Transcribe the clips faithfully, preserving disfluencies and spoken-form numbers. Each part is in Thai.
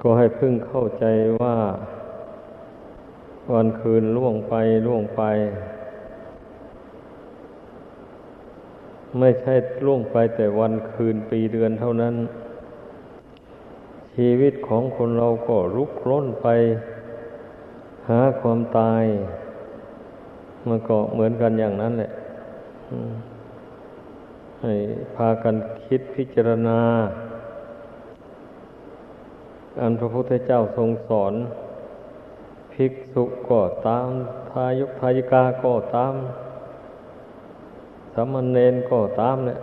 ก็ให้พึ่งเข้าใจว่าวันคืนล่วงไปล่วงไปไม่ใช่ล่วงไปแต่วันคืนปีเดือนเท่านั้นชีวิตของคนเราก็รุกร่นไปหาความตายมันก็เหมือนกันอย่างนั้นแหละให้พากันคิดพิจารณาอันพระพุทธเจ้าทรงสอนภิกษุก็ตามทายกทายิกาก็ตามสามเณรก็ตามเนี่ย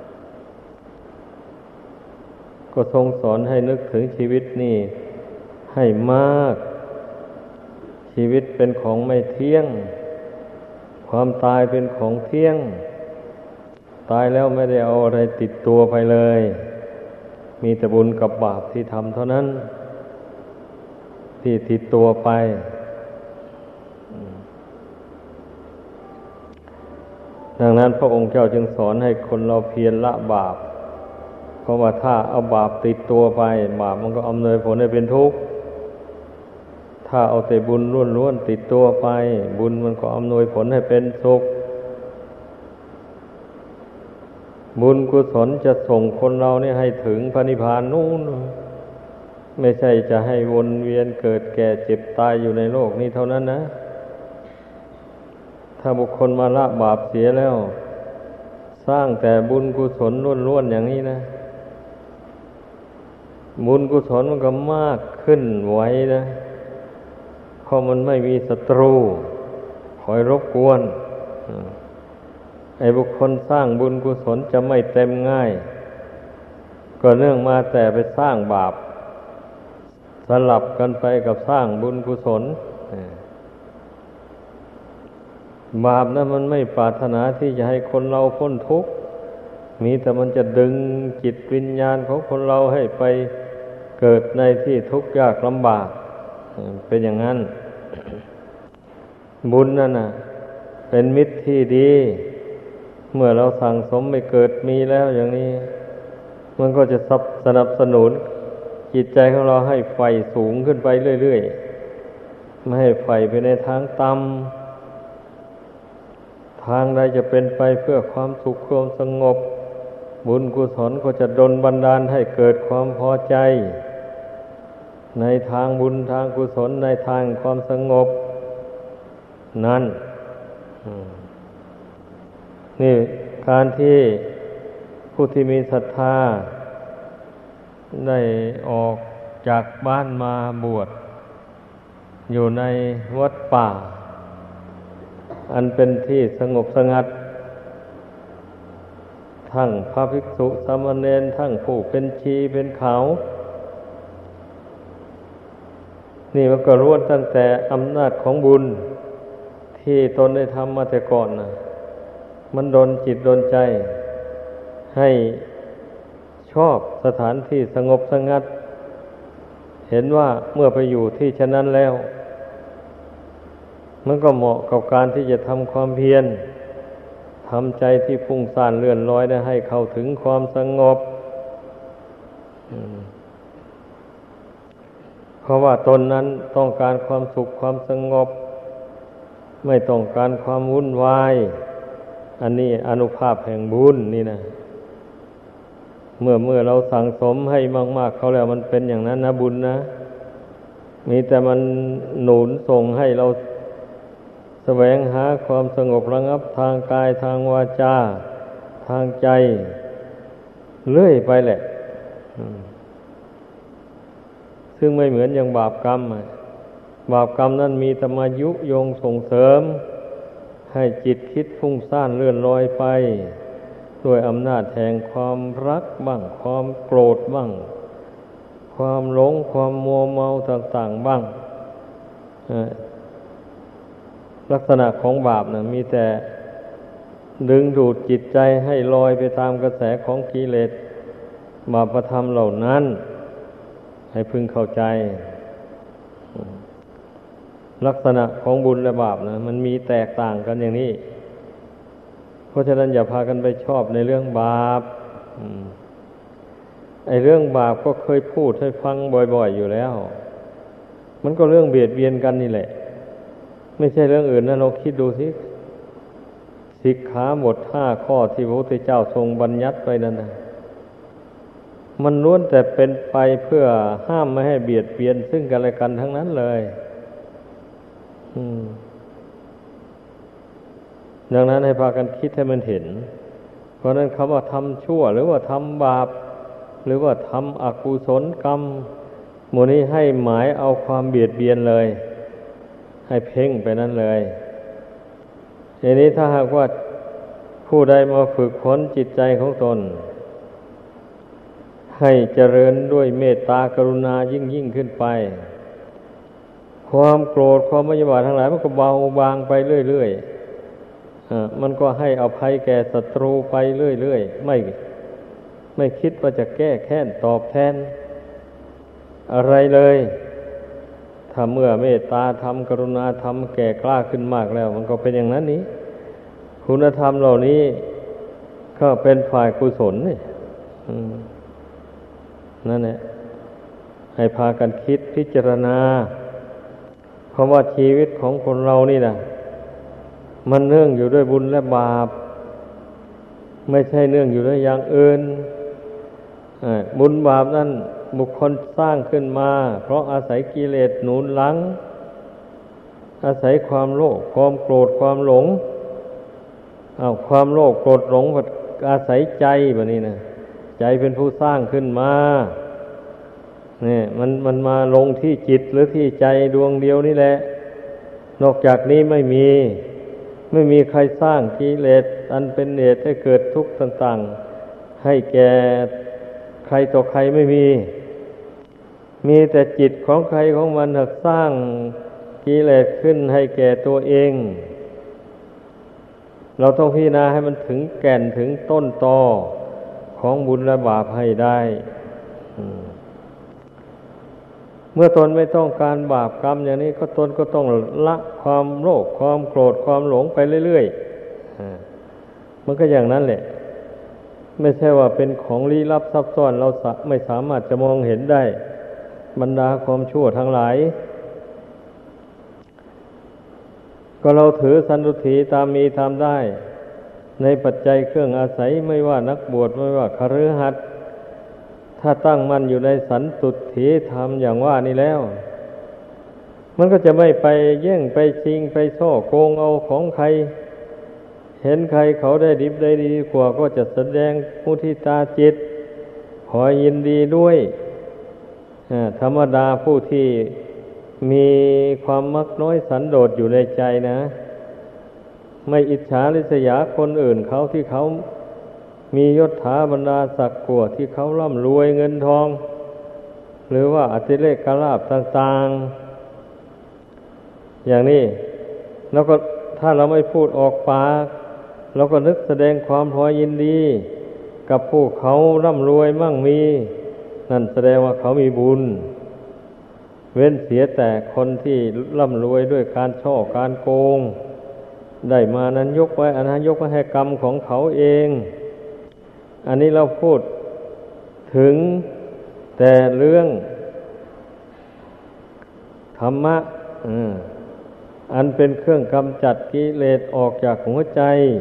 ก็ทรงสอนให้นึกถึงชีวิตนี่ให้มากชีวิตเป็นของไม่เที่ยงความตายเป็นของเที่ยงตายแล้วไม่ได้เอาอะไรติดตัวไปเลยมีแต่บุญกับบาปที่ทำเท่านั้นที่ติดตัวไปดังนั้นพระองค์เจ้าจึงสอนให้คนเราเพียรละบาปเพราะว่าถ้าเอาบาปติดตัวไปบาปมันก็อำนวยผลให้เป็นทุกข์ถ้าเอาแต่บุญล้วนๆติดตัวไปบุญมันก็อำนวยผลให้เป็นสุขบุญกุศลจะส่งคนเราเนี่ยให้ถึงพระนิพพานนู่นไม่ใช่จะให้วนเวียนเกิดแก่เจ็บตายอยู่ในโลกนี้เท่านั้นนะถ้าบุคคลมาละบาปเสียแล้วสร้างแต่บุญกุศลล้วนๆอย่างนี้นะบุญกุศลมันก็มากขึ้นไว้นะเพราะมันไม่มีศัตรูคอยรบกวนไอ้บุคคลสร้างบุญกุศลจะไม่เต็มง่ายก็เนื่องมาแต่ไปสร้างบาปสลับกันไปกับสร้างบุญกุศลบาปนั้นมันไม่ปรารถนาที่จะให้คนเราพ้นทุกข์มีแต่มันจะดึงจิตวิญญาณของคนเราให้ไปเกิดในที่ทุกข์ยากลำบากเป็นอย่างนั้นบุญนั่นน่ะเป็นมิตรที่ดีเมื่อเราสั่งสมไปเกิดมีแล้วอย่างนี้มันก็จะสนับสนุนจิตใจของเราให้ไฟสูงขึ้นไปเรื่อยๆไม่ให้ไฟไปในทางต่ำทางใดจะเป็นไปเพื่อความสุขความสงบบุญกุศลก็จะดลบันดาลให้เกิดความพอใจในทางบุญทางกุศลในทางความสงบนั่นนี่การที่ผู้ที่มีศรัทธาได้ออกจากบ้านมาบวชอยู่ในวัดป่าอันเป็นที่สงบสงัดทั้งพระภิกษุสามเณรทั้งผู้เป็นชีเป็นเขานี่มันก็ล้วนตั้งแต่อำนาจของบุญที่ตนได้ทำมาแต่ก่อนนะมันดลจิตดลใจให้ชอบสถานที่สงบสงัดเห็นว่าเมื่อไปอยู่ที่ฉะนั้นแล้วมันก็เหมาะกับการที่จะทำความเพียรทำใจที่ฟุ้งซ่านเลื่อนลอยได้ให้เข้าถึงความสงบเพราะว่าตนนั้นต้องการความสุขความสงบไม่ต้องการความวุ่นวายอันนี้อานุภาพแห่งบุญนี่นะเมื่อเมื่อเราสั่งสมให้มากๆเขาแล้วมันเป็นอย่างนั้นนะบุญนะมีแต่มันหนุนส่งให้เราแสวงหาความสงบระงับทางกายทางวาจาทางใจเรื่อยไปแหละซึ่งไม่เหมือนอย่างบาปกรรมบาปกรรมนั้นมีแต่มายุยงส่งเสริมให้จิตคิดฟุ้งซ่านเลื่อนลอยไปด้วยอำนาจแห่งความรักบ้างความโกรธบ้างความหลงความมัวเมาต่างๆบ้างลักษณะของบาปนะมีแต่ดึงดูดจิตใจให้ลอยไปตามกระแสของกิเลสบาปธรรมเหล่านั้นให้พึงเข้าใจลักษณะของบุญและบาปนะมันมีแตกต่างกันอย่างนี้เพราะฉะนั้นอย่าพากันไปชอบในเรื่องบาปไอ้เรื่องบาปก็เคยพูดให้ฟังบ่อยๆอยู่แล้วมันก็เรื่องเบียดเบียนกันนี่แหละไม่ใช่เรื่องอื่นนะเราคิดดูสิสิกขาบทห้าข้อที่พระพุทธเจ้าทรงบัญญัติไว้นั่นนะมันล้วนแต่เป็นไปเพื่อห้ามไม่ให้เบียดเบียนซึ่งกันและกันทั้งนั้นเลยอืมดังนั้นให้พากันคิดให้มันเห็นเพราะนั้นคำว่าทำชั่วหรือว่าทำบาปหรือว่าทำอกุศลกรรมหมู่นี้ให้หมายเอาความเบียดเบียนเลยให้เพ่งไปนั้นเลยทีนี้ถ้าหากว่าผู้ใดมาฝึกฝนจิตใจของตนให้เจริญด้วยเมตตากรุณายิ่งยิ่งขึ้นไปความโกรธความไม่ยบาททั้งหลายมันก็เบาบางไปเรื่อยๆอ่ามันก็ให้อภัยแก่ศัตรูไปเรื่อยๆไม่ไม่คิดว่าจะแก้แค้นตอบแทนอะไรเลยถ้าเมื่อเมตตาธรรมกรุณาธรรมแก่กล้าขึ้นมากแล้วมันก็เป็นอย่างนั้นนี้คุณธรรมเหล่านี้ก็เป็นฝ่ายกุศลนี่นั่นแหละให้พากันคิดพิจารณาเพราะว่าชีวิตของคนเรานี่นะมันเนื่องอยู่ด้วยบุญและบาปไม่ใช่เนื่องอยู่ด้วยอย่างอื่นบุญบาปนั่นบุคคลสร้างขึ้นมาเพราะอาศัยกิเลสหนุนหลังอาศัยความโลภความโกรธความหลงอ้าวความโลภโกรธหลงอาศัยใจแบบนี้นะใจเป็นผู้สร้างขึ้นมาเนี่ยมันมันมาลงที่จิตหรือที่ใจดวงเดียวนี่แหละนอกจากนี้ไม่มีไม่มีใครสร้างกิเลสอันเป็นเหตุให้เกิดทุกข์ต่างๆให้แก่ใครต่อใครไม่มีมีแต่จิตของใครของมันหักสร้างกิเลสขึ้นให้แก่ตัวเองเราต้องพิจารณาให้มันถึงแก่นถึงต้นตอของบุญและบาปให้ได้เมื่อตนไม่ต้องการบาปกรรมอย่างนี้ก็ตนก็ต้องละความโลภความโกรธความหลงไปเรื่อยๆมันก็อย่างนั้นแหละไม่ใช่ว่าเป็นของลี้ลับซับซ้อนเราไม่สามารถจะมองเห็นได้บรรดาความชั่วทั้งหลายก็เราถือสันตุถีตามมีตามได้ในปัจจัยเครื่องอาศัยไม่ว่านักบวชไม่ว่าคฤหัสถ์ถ้าตั้งมั่นอยู่ในสันตุถีธรรมอย่างว่านี่แล้วมันก็จะไม่ไปแย่งไปชิงไปช่อโกงเอาของใครเห็นใครเขาได้ดิบได้ดีกว่าก็จะแสดงมุทิตาจิตขอยินดีด้วยธรรมดาผู้ที่มีความมักน้อยสันโดษอยู่ในใจนะไม่อิจฉาริษยาคนอื่นเขาที่เขามียศถาบรรดาศักดิ์กว่าที่เขาร่ำรวยเงินทองหรือว่าอธิเลกลาภต่างๆอย่างนี้แล้วก็ถ้าเราไม่พูดออกปากเราก็นึกแสดงความพอยินดีกับผู้เขาร่ำรวยมั่งมีนั่นแสดงว่าเขามีบุญเว้นเสียแต่คนที่ร่ำรวยด้วยการช่อการโกงได้มานั้นยกไว้อันนั้นยกไว้ให้กรรมของเขาเองอันนี้เราพูดถึงแต่เรื่องธรรมะอันเป็นเครื่องกำจัดกิเลสออกจากหัวใจ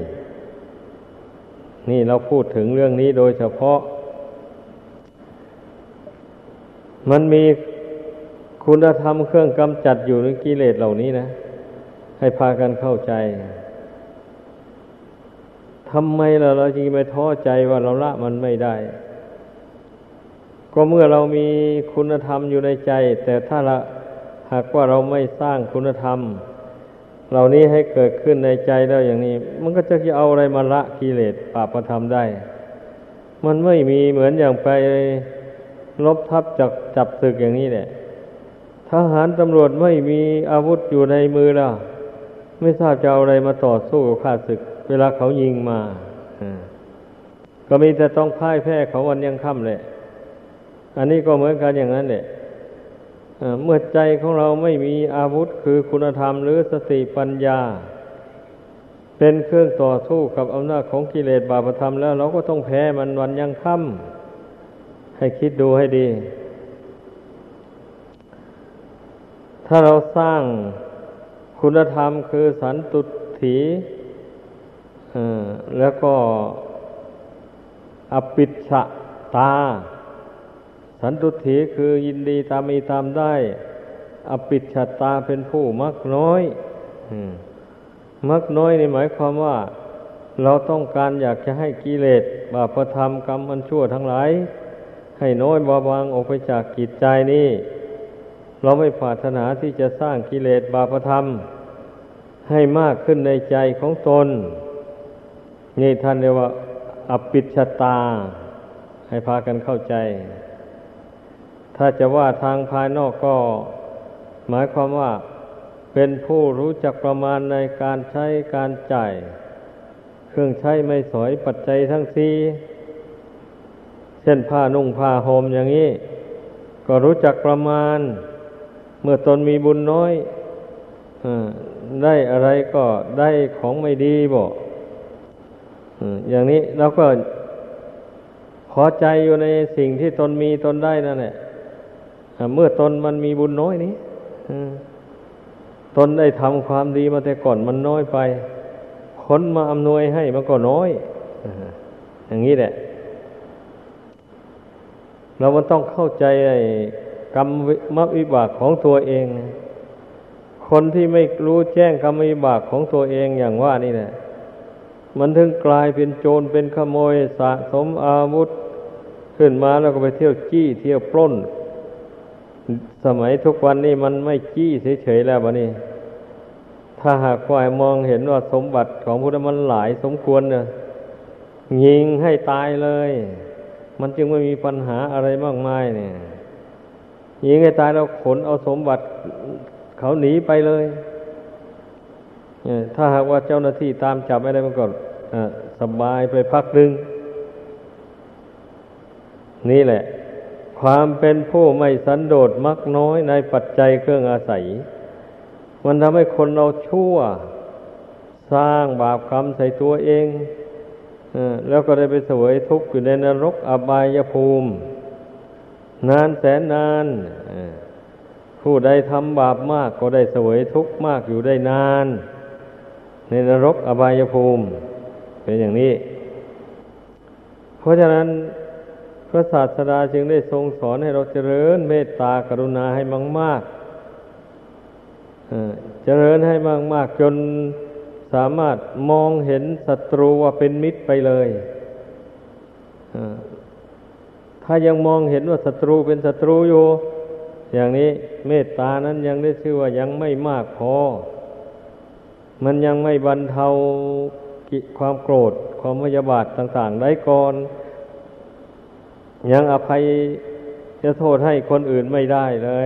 นี่เราพูดถึงเรื่องนี้โดยเฉพาะมันมีคุณธรรมเครื่องกำจัดอยู่ในกิเลสเหล่านี้นะให้พากันเข้าใจทำไมเราเราจึงไม่ท้อใจว่าเราละมันไม่ได้ก็เมื่อเรามีคุณธรรมอยู่ในใจแต่ถ้าละหากว่าเราไม่สร้างคุณธรรมเหล่านี้ให้เกิดขึ้นในใจแล้วอย่างนี้มันก็จะเอาอะไรมาละกิเลสบาปธรรมได้มันไม่มีเหมือนอย่างไปลบทับจับจับศึกอย่างนี้แหละทหารตำรวจไม่มีอาวุธอยู่ในมือแล้วไม่ทราบจะเอาอะไรมาต่อสู้กับข้าศึกเวลาเขายิงมาก็มีแต่ต้องพ่ายแพ้เขาวันยังค่ำแหละอันนี้ก็เหมือนกันอย่างนั้นแหละเมื่อใจของเราไม่มีอาวุธคือคุณธรรมหรือสติปัญญาเป็นเครื่องต่อสู้กับอำนาจของกิเลสบาปธรรมแล้วเราก็ต้องแพ้มันวันยังค่ำให้คิดดูให้ดีถ้าเราสร้างคุณธรรมคือสันตุถีแล้วก็อปิชฌตาสันตุถีคือยินดีตามมีตามได้อปิชฌตาเป็นผู้มักน้อยมักน้อยนี่หมายความว่าเราต้องการอยากจะให้กิเลสบาปธรรมกรรมอันชั่วทั้งหลายให้น้อยเบาบางออกไปจากจิตใจนี้เราไม่ปรารถนาที่จะสร้างกิเลสบาปธรรมให้มากขึ้นในใจของตนนี่ท่านเรียกว่าอปิชฌตาให้พากันเข้าใจถ้าจะว่าทางภายนอกก็หมายความว่าเป็นผู้รู้จักประมาณในการใช้การจ่ายเครื่องใช้ไม่สอยปัจจัยทั้งสี่เช่นผ้านุ่งผ้าห่มอย่างนี้ก็รู้จักประมาณเมื่อตนมีบุญน้อยได้อะไรก็ได้ของไม่ดีบ่อย่างนี้เราก็พอใจอยู่ในสิ่งที่ตนมีตนได้นั่นแหละเมื่อตนมันมีบุญน้อยนี้ตนได้ทำความดีมาแต่ก่อนมันน้อยไปผลมาอำนวยให้มันก็น้อยอย่างนี้แหละเรามันต้องเข้าใจไอ้กรรมวิบากของตัวเองคนที่ไม่รู้แจ้งกรรมวิบากของตัวเองอย่างว่านี่แหละมันถึงกลายเป็นโจรเป็นขโมยสะสมอาวุธขึ้นมาแล้วก็ไปเที่ยวจี้เที่ยวปล้นสมัยทุกวันนี้มันไม่จี้เฉยๆแล้วบัดนี้ถ้าหากฝ่ายมองเห็นว่าสมบัติของผู้นั้นมันหลายสมควรเนี่ยยิงให้ตายเลยมันจึงไม่มีปัญหาอะไรมากมายเนี่ยยิงให้ตายแล้วขนเอาสมบัติเขาหนีไปเลยถ้าหากว่าเจ้าหน้าที่ตามจับไม่ได้มันก็สบายไปพักหนึ่งนี่แหละความเป็นผู้ไม่สันโดษมักน้อยในปัจจัยเครื่องอาศัยมันทำให้คนเราชั่วสร้างบาปกรรมใส่ตัวเองแล้วก็ได้ไปเสวยทุกข์อยู่ในนรกอบายภูมินานแสนนานผู้ใดทำบาปมากก็ได้เสวยทุกข์มากอยู่ได้นานในนรกอบายภูมิเป็นอย่างนี้เพราะฉะนั้นพระศาสดาจึงได้ทรงสอนให้เราเจริญเมตตากรุณาให้มากๆเจริญให้มากๆจนสามารถมองเห็นศัตรูว่าเป็นมิตรไปเลยถ้ายังมองเห็นว่าศัตรูเป็นศัตรูอยู่อย่างนี้เมตตานั้นยังได้ชื่อว่ายังไม่มากพอมันยังไม่บรรเทาความโกรธความพยาบาทต่างๆได้ก่อนยังอภัยจะโทษให้คนอื่นไม่ได้เลย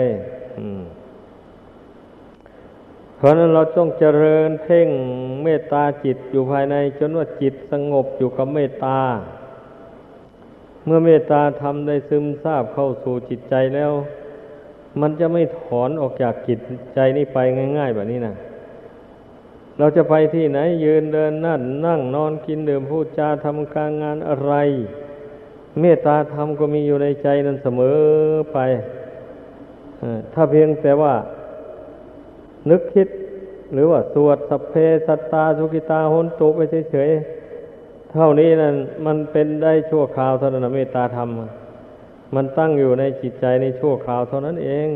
เพราะนั้นเราต้องเจริญเพ่งเมตตาจิตอยู่ภายในจนว่าจิตสงบอยู่กับเมตตาเมื่อเมตตาทำได้ซึมซาบเข้าสู่จิตใจแล้วมันจะไม่ถอนออกจากจิตใจนี้ไปง่ายๆแบบนี้นะเราจะไปที่ไหนยืนเดินนั่งนั่งนอนกินดื่มพูดจาทำการงานอะไรเมตตาธรรมก็มีอยู่ในใจนั้นเสมอไปถ้าเพียงแต่ว่านึกคิดหรือว่าสวดสัพเพสัตตาสุขิตาโหนตุไปเฉยๆเท่านี้นั่นมันเป็นได้ชั่วคราวเท่านั้นเมตตาธรรมมันตั้งอยู่ในจิตใจในชั่วคราวเท่านั้นเอง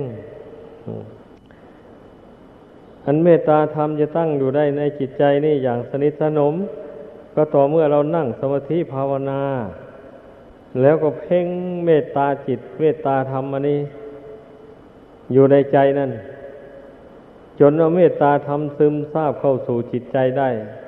อันเมตตาธรรมจะตั้งอยู่ได้ในจิตใจนี่อย่างสนิทสนมก็ต่อเมื่อเรานั่งสมาธิภาวนาแล้วก็เพ่งเมตตาจิตเมตตาธรรมอันนี้อยู่ในใจนั่นจนเอาเมตตาธรรมซึมซาบเข้าสู่จิตใจได้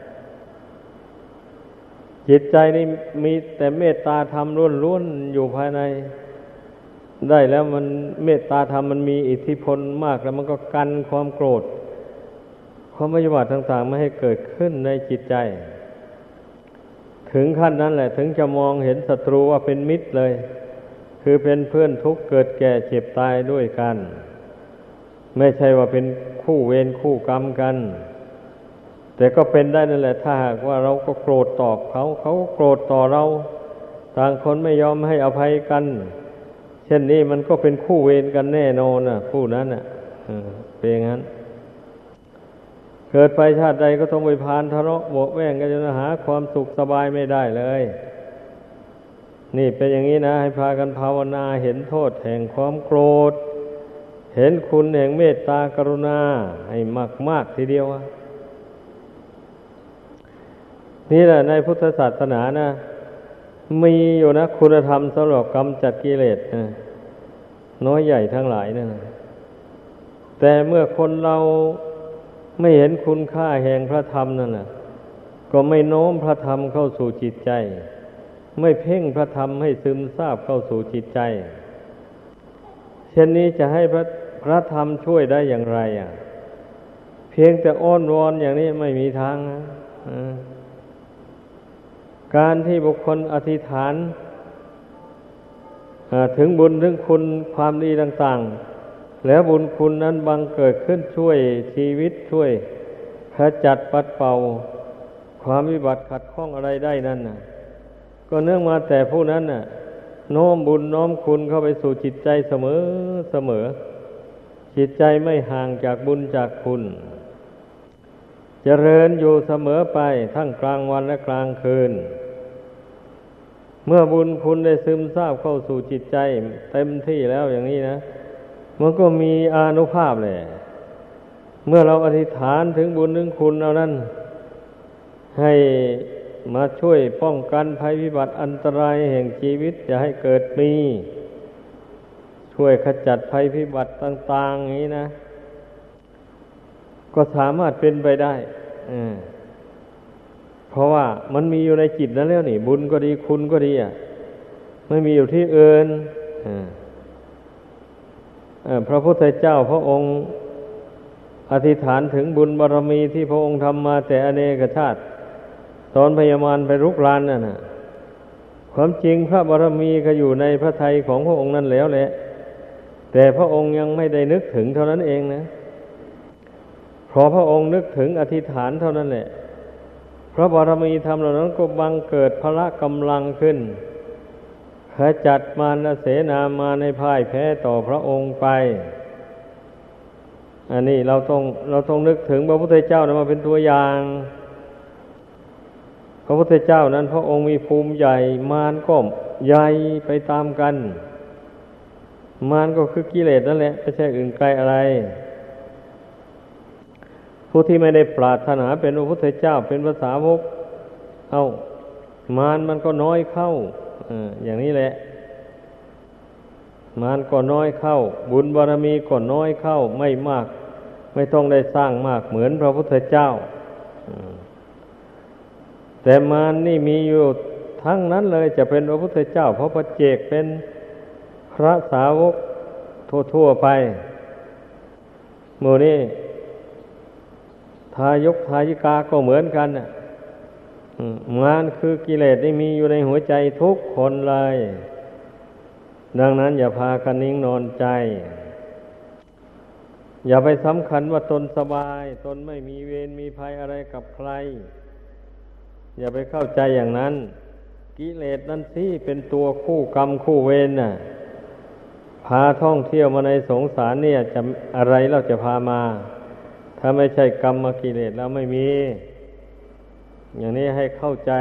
จิตใจนี่มีแต่เมตตาธรรมล้วนๆอยู่ภายในได้แล้วมันเมตตาธรรมมันมีอิทธิพลมากแล้วมันก็กันความโกรธความพยาบาทต่างๆไม่ให้เกิดขึ้นในจิตใจถึงขั้นนั้นแหละถึงจะมองเห็นศัตรูว่าเป็นมิตรเลยคือเป็นเพื่อนทุกข์เกิดแก่เจ็บตายด้วยกันไม่ใช่ว่าเป็นคู่เวรคู่กรรมกันแต่ก็เป็นได้นั่นแหละถ้าหากว่าเราก็โกรธตอบเขาเขาก็โกรธต่อเราต่างคนไม่ยอมให้อภัยกันเช่นนี้มันก็เป็นคู่เวรกันแน่นอนน่ะคู่นั้นน่ะเป็นอย่างนั้นเกิดไปชาติใดก็ต้องไปพานทะเลาะเบาะแว้งกันจนหาความสุขสบายไม่ได้เลยนี่เป็นอย่างนี้นะให้พากันภาวนาเห็นโทษแห่งความโกรธเห็นคุณแห่งเมตตากรุณาให้มากๆทีเดียวนี่แหละในพุทธศาสนานะมีอยู่นะคุณธรรมสำหรับกำจัดกิเลสนะน้อยใหญ่ทั้งหลายนั่นนะแต่เมื่อคนเราไม่เห็นคุณค่าแห่งพระธรรมนั่นน่ะก็ไม่โน้มพระธรรมเข้าสู่จิตใจไม่เพ่งพระธรรมให้ซึมซาบเข้าสู่จิตใจเช่นนี้จะให้พระพระธรรมช่วยได้อย่างไรอ่ะเพียงแต่อ้อนวอนอย่างนี้ไม่มีทางนะการที่บุคคลอธิษฐานถึงบุญถึงคุณความดีต่างๆแล้วบุญคุณนั้นบังเกิดขึ้นช่วยชีวิตช่วยขจัดปัดเป่าความวิบัติขัดข้องอะไรได้นั่นน่ะก็เนื่องมาแต่ผู้นั้นน่ะโน้มบุญน้อมคุณเข้าไปสู่จิตใจเสมอเสมอจิตใจไม่ห่างจากบุญจากคุณเจริญอยู่เสมอไปทั้งกลางวันและกลางคืนเมื่อบุญคุณได้ซึมซาบเข้าสู่จิตใจเต็มที่แล้วอย่างนี้นะมันก็มีอานุภาพแหละเมื่อเราอธิษฐานถึงบุญถึงคุณเอานั้นให้มาช่วยป้องกันภัยพิบัติอันตรายแห่งชีวิตอย่าให้เกิดมีช่วยขจัดภัยพิบัติต่างๆอย่างนี้นะก็สามารถเป็นไปได้เพราะว่ามันมีอยู่ในจิตนั่นแล้วนี่บุญก็ดีคุณก็ดีอ่ะไม่มีอยู่ที่อื่นพระพุทธเจ้าพระองค์อธิษฐานถึงบุญบารมีที่พระองค์ทำมาแต่อเนกชาติตอนพญามารไปรุกรานนั่นน่ะความจริงพระบารมีก็อยู่ในพระทัยของพระองค์นั่นแล้วแหละแต่พระองค์ยังไม่ได้นึกถึงเท่านั้นเองนะพอพระองค์นึกถึงอธิษฐานเท่านั้นแหละพระบารมีธรรมเหล่านั้นก็บังเกิดพละกำลังขึ้นขจัดมารเสนามาในพ่ายแพ้ต่อพระองค์ไปอันนี้เราต้องเราต้องนึกถึงพระพุทธเจ้านะมาเป็นตัวอย่างพระพุทธเจ้านั้นพระองค์มีภูมิใหญ่มารก็ใหญ่ไปตามกันมารก็คือกิเลสนั่นแหละไม่ใช่อื่นไกลอะไรผู้ที่ไม่ได้ปรารถนาเป็นพระพุทธเจ้าเป็นพระสาวกเอ้ามารมันก็น้อยเข้าอย่างนี้แหละมารก็น้อยเข้าบุญบารมีก็น้อยเข้าไม่มากไม่ต้องได้สร้างมากเหมือนพระพุทธเจ้าแต่มารนี่มีอยู่ทั้งนั้นเลยจะเป็นพระพุทธเจ้าพระปัจเจกเป็นพระสาวกทั่วๆไปหมู่นี้ทายกทายิกาก็เหมือนกันน่ะมารคือกิเลสที่มีอยู่ในหัวใจทุกคนเลยดังนั้นอย่าพากันนิ่งนอนใจอย่าไปสำคัญว่าตนสบายตนไม่มีเวรมีภัยอะไรกับใครอย่าไปเข้าใจอย่างนั้นกิเลสนั่นสิเป็นตัวคู่กรรมคู่เวรน่ะพาท่องเที่ยวมาในสงสารเนี่ยจะอะไรเราจะพามาถ้าไม่ใช่กรรมกิเลสแล้วไม่มีอย่างนี้ให้เข้าใจ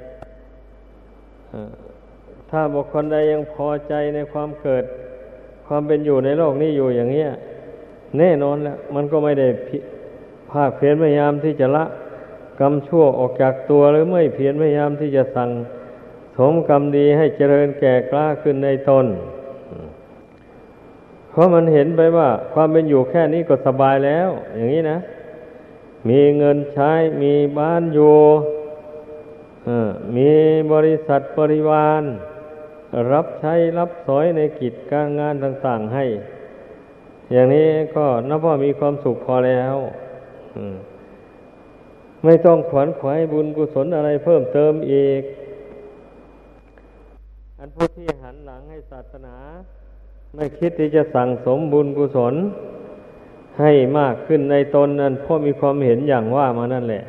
ถ้าบุคคลใดยังพอใจในความเกิดความเป็นอยู่ในโลกนี้อยู่อย่างเนี้ยแน่นอนแล้วมันก็ไม่ได้ภาคเพียรพยายามที่จะละกรรมชั่วออกจากตัวหรือไม่เพียรพยายามที่จะสั่งสมกรรมดีให้เจริญแก่กล้าขึ้นในตนเพราะมันเห็นไปว่าความเป็นอยู่แค่นี้ก็สบายแล้วอย่างนี้นะมีเงินใช้มีบ้านอยู่มีบริษัทบริวารรับใช้รับสอยในกิจการงานต่างๆให้อย่างนี้ก็นับว่ามีความสุขพอแล้วไม่ต้องขวนขวายบุญกุศลอะไรเพิ่มเติมอีกอันผู้ที่หันหลังให้ศาสนาไม่คิดที่จะสั่งสมบุญกุศลให้มากขึ้นในตนนั้นเพราะมีความเห็นอย่างว่ามานั่นแหละ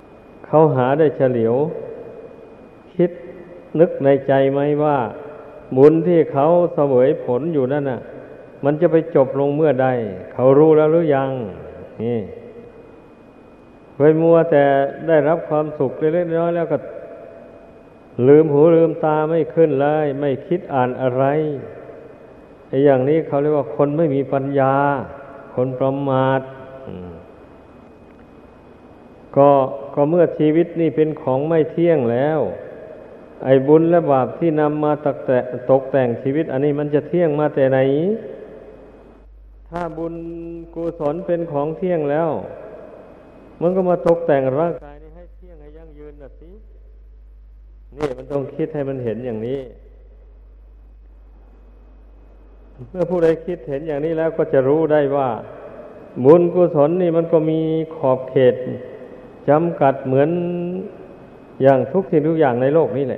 เขาหาได้เฉลียวคิดนึกในใจไหมว่าบุญที่เขาเสวยผลอยู่นั่นน่ะมันจะไปจบลงเมื่อใดเขารู้แล้วหรือยังนี่ไปมัวแต่ได้รับความสุขเล็กๆน้อยๆแล้วก็ลืมหูลืมตาไม่ขึ้นเลยไม่คิดอ่านอะไรไอ้อย่างนี้เขาเรียกว่าคนไม่มีปัญญาคนประมาทก็ก็เมื่อชีวิตนี่เป็นของไม่เที่ยงแล้วไอ้บุญและบาปที่นำมาตกแต่ตกแต่งชีวิตอันนี้มันจะเที่ยงมาแต่ไหนถ้าบุญกุศลเป็นของเที่ยงแล้วมันก็มาตกแต่งร่างกายนี้ให้เที่ยงให้ยั่งยืนน่ะสินี่มันต้องคิดให้มันเห็นอย่างนี้เมื่อผู้ใดคิดเห็นอย่างนี้แล้วก็จะรู้ได้ว่าบุญกุศลนี่มันก็มีขอบเขตจำกัดเหมือนอย่างทุกสิ่งทุกอย่างในโลกนี้แหละ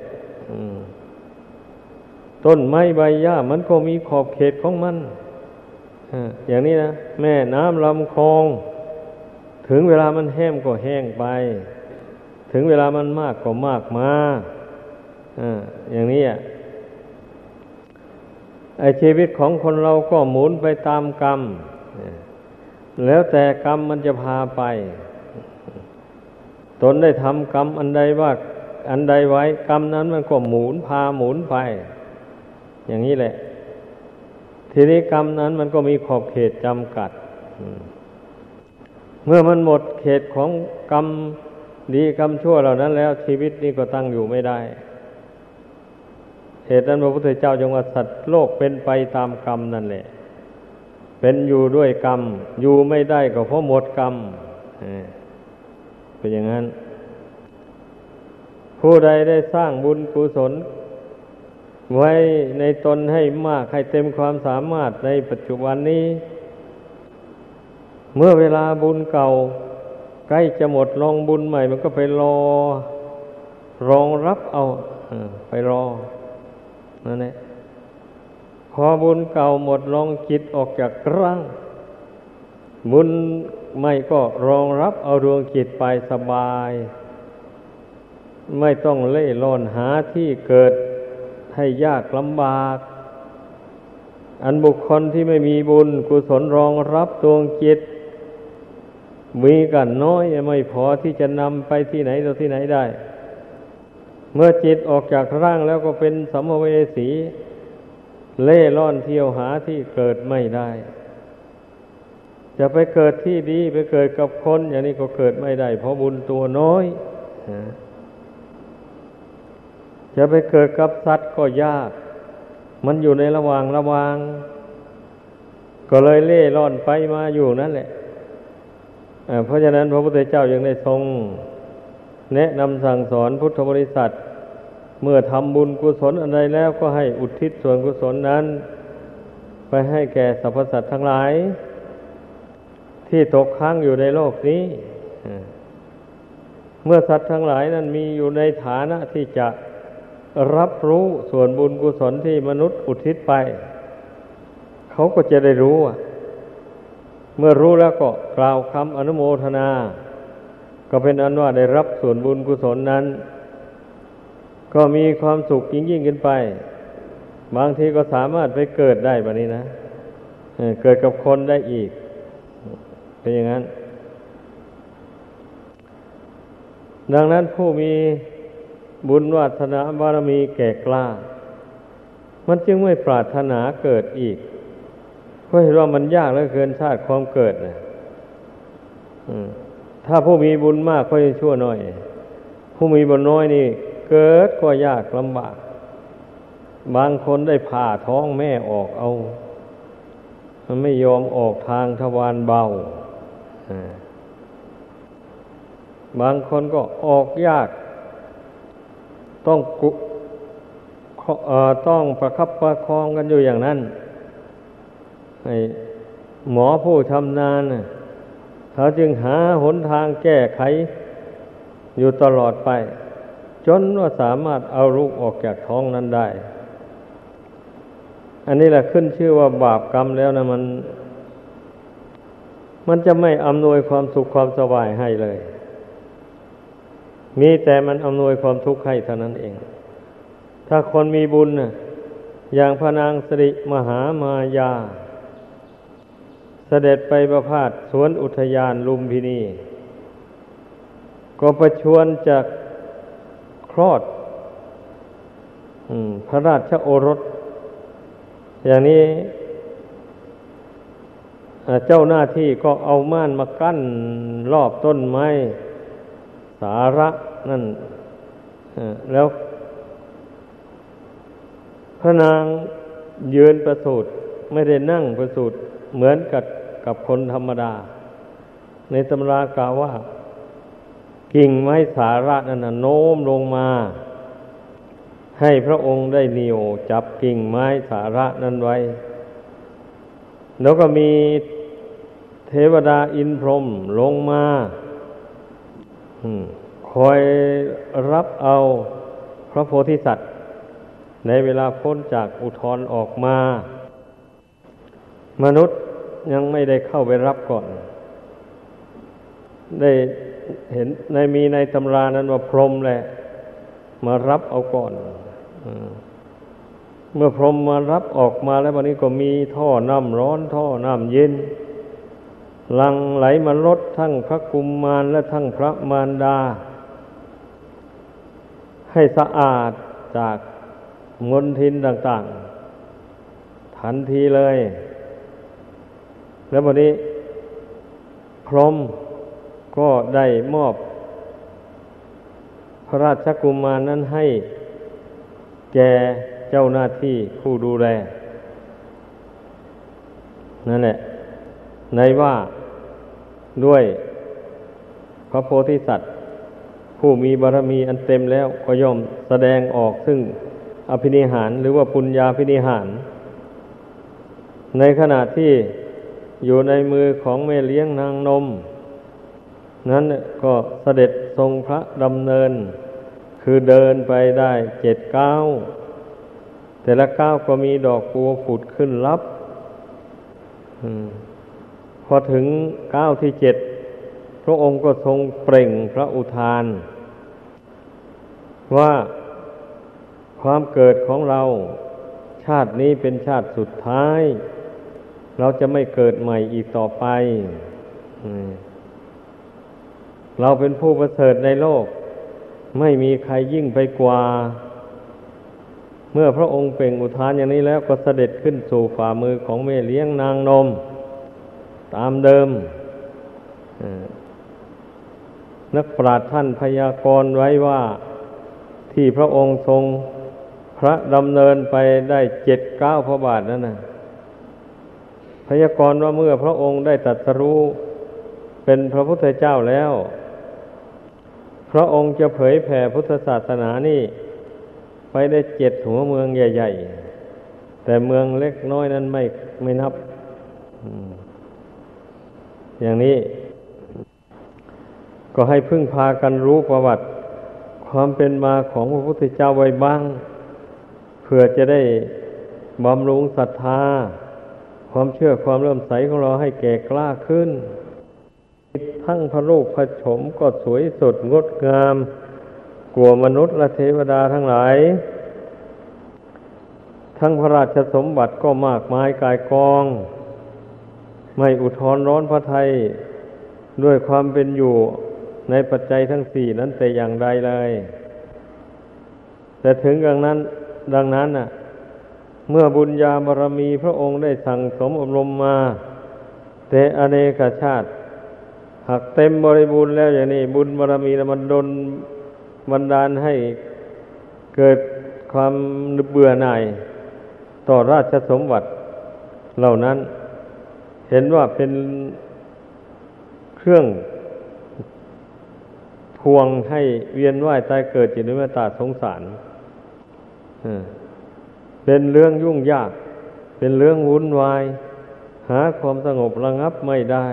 ต้นไม้ใบหญ้ามันก็มีขอบเขตของมันอย่างนี้นะแม่น้ำลำคลองถึงเวลามันแห้งก็แห้งไปถึงเวลามันมากก็มากมาอย่างนี้ไอ้ชีวิตของคนเราก็หมุนไปตามกรรมแล้วแต่กรรมมันจะพาไปตนได้ทำกรรมอันใดว่าอันใดไว้กรรมนั้นมันก็หมุนพาหมุนไปอย่างนี้แหละทีนี้กรรมนั้นมันก็มีขอบเขตจำกัดเมื่อมันหมดเขตของกรรมดีกรรมชั่วเหล่านั้นแล้วชีวิตนี้ก็ตั้งอยู่ไม่ได้เหตุนั้นพระพุทธเจ้าจึงว่าสัตว์โลกเป็นไปตามกรรมนั่นแหละเป็นอยู่ด้วยกรรมอยู่ไม่ได้ก็เพราะหมดกรรมเป็นอย่างนั้นผู้ใดได้สร้างบุญกุศลไว้ในตนให้มากให้เต็มความสามารถในปัจจุบันนี้เมื่อเวลาบุญเก่าใกล้จะหมดลงบุญใหม่มันก็ไปรอรองรับเอาไปรอนั่นแหละพอบุญเก่าหมดลงจิตออกจากร่างบุญใหม่ก็รองรับเอาดวงจิตไปสบายไม่ต้องเล่ร่อนหาที่เกิดให้ยากลำบากอันบุคคลที่ไม่มีบุญกุศลรองรับดวงจิตมีกันน้อยไม่พอที่จะนำไปที่ไหนต่อที่ไหนได้เมื่อจิตออกจากร่างแล้วก็เป็นสัมภเวสีเล่ร่อนเที่ยวหาที่เกิดไม่ได้จะไปเกิดที่ดีไปเกิดกับคนอย่างนี้ก็เกิดไม่ได้เพราะบุญตัวน้อยจะไปเกิดกับสัตว์ก็ยากมันอยู่ในระหว่างระหว่างก็เลยเล่ร่อนไปมาอยู่นั่นแหละเพราะฉะนั้นพระพุทธเจ้ายังได้ทรงแนะนำสั่งสอนพุทธบริษัทเมื่อทำบุญกุศลอันใดแล้วก็ให้อุทิศส่วนกุศลนั้นไปให้แก่สรรพสัตว์ทั้งหลายที่ตกค้างอยู่ในโลกนี้เมื่อสัตว์ทั้งหลายนั้นมีอยู่ในฐานะที่จะรับรู้ส่วนบุญกุศลที่มนุษย์อุทิศไปเขาก็จะได้รู้เมื่อรู้แล้วก็กล่าวคำอนุโมทนาก็เป็นอันว่าได้รับส่วนบุญกุศลนั้นก็มีความสุขยิ่งยิ่งขึ้นไปบางทีก็สามารถไปเกิดได้แบบนี้นะเกิดกับคนได้อีกเป็นอย่างนั้นดังนั้นผู้มีบุญวาสนาบารมีแก่กล้ามันจึงไม่ปรารถนาเกิดอีกเพราะเห็นว่ามันยากเหลือเกินชาติความเกิดนะถ้าผู้มีบุญมากก็จะชั่วน้อยผู้มีบุญน้อยนี่เกิดก็ยากลำบากบางคนได้ผ่าท้องแม่ออกเอามันไม่ยอมออกทางทวารเบาบางคนก็ออกยากต้องกุเอ่อต้องประคับประคองกันอยู่อย่างนั้นให้หมอผู้ชำนาญเขาจึงหาหนทางแก้ไขอยู่ตลอดไปจนว่าสามารถเอาลูกออกจากท้องนั้นได้อันนี้แหละขึ้นชื่อว่าบาปกรรมแล้วนะมันมันจะไม่อำนวยความสุขความสบายให้เลยมีแต่มันอำนวยความทุกข์ให้เท่านั้นเองถ้าคนมีบุญน่ะอย่างพระนางสิริมหามายาเสด็จไปประพาสสวนอุทยานลุมพินีก็ประชวรจากคลอดพระราชโอรสอย่างนี้เจ้าหน้าที่ก็เอาม่านมากั้นรอบต้นไม้สาระนั่นแล้วพระนางยืนประสูติไม่ได้นั่งประสูติเหมือนกับกับคนธรรมดาในตำรากล่าวว่ากิ่งไม้สาระนั่นน่ะโน้มลงมาให้พระองค์ได้เหนี่ยวจับกิ่งไม้สาระนั้นไว้แล้วก็มีเทวดาอินพรหมลงมาคอยรับเอาพระโพธิสัตว์ในเวลาพ้นจากอุทธรออกมามนุษย์ยังไม่ได้เข้าไปรับก่อนได้เห็นในมีในตำรานั้นว่าพรหมแหละมารับเอาก่อนเมื่อพรหมมารับออกมาแล้ววันนี้ก็มีท่อน้ำร้อนท่อน้ำเย็นหลั่งไหลมาลดทั้งพระกุมมารและทั้งพระมารดาให้สะอาดจากมลทินต่างๆทันทีเลยแล้ววันนี้พรหมก็ได้มอบพระราชกุมารนั้นให้แก่เจ้าหน้าที่ผู้ดูแลนั่นแหละในว่าด้วยพระโพธิสัตว์ผู้มีบารมีอันเต็มแล้วก็ย่อมแสดงออกซึ่งอภินิหารหรือว่าปุญญาภินิหารในขณะที่อยู่ในมือของแม่เลี้ยงนางนมนั้นก็เสด็จทรงพระดำเนินคือเดินไปได้เจ็ดก้าวแต่ละก้าวก็มีดอกบัวผุดขึ้นรับพอถึงก้าวที่เจ็ดพระองค์ก็ทรงเปล่งพระอุทานว่าความเกิดของเราชาตินี้เป็นชาติสุดท้ายเราจะไม่เกิดใหม่อีกต่อไปเราเป็นผู้ประเสริฐในโลกไม่มีใครยิ่งไปกว่าเมื่อพระองค์เปล่งอุทานอย่างนี้แล้วก็เสด็จขึ้นสู่ฝ่ามือของแม่เลี้ยงนางนมตามเดิมนักปราชญ์ท่านพยากรณ์ไว้ว่าที่พระองค์ทรงพระดำเนินไปได้เจ็ดก้าวพระบาทนั่นนะพยากรณ์ว่าเมื่อพระองค์ได้ตรัสรู้เป็นพระพุทธเจ้าแล้วพระองค์จะเผยแผ่พุทธศาสนานี่ไปได้เจ็ดหัวเมืองใหญ่ๆแต่เมืองเล็กน้อยนั้นไม่ไม่นับอย่างนี้ก็ให้พึ่งพากันรู้ประวัติความเป็นมาของพระพุทธเจ้าไว้บ้างเพื่อจะได้บำรุงศรัทธาความเชื่อความเริ่มใสของเราให้แก่กล้าขึ้นทั้งพระรูปพระโฉมก็สวยสดงดงามกว่ามนุษย์และเทวดาทั้งหลายทั้งพระราชสมบัติก็มากมายกายกองไม่อุทธรร้อนพระทัยด้วยความเป็นอยู่ในปัจจัยทั้งสี่นั้นแต่อย่างใดเลยแต่ถึงดังนั้นดังนั้นน่ะเมื่อบุญญาบารมีพระองค์ได้สั่งสมอบรมมาแต่อเนกชาติหากเต็มบริบูรณ์แล้วอย่างนี้บุญบารมีมันดลบันดาลให้เกิดความเบื่อหน่ายต่อราชสมบัติเหล่านั้นเห็นว่าเป็นเครื่องทวงให้เวียนว่ายตายเกิดอยู่ในวัฏสงสารเป็นเรื่องยุ่งยากเป็นเรื่องวุ่นวายหาความสงบระงับไม่ได้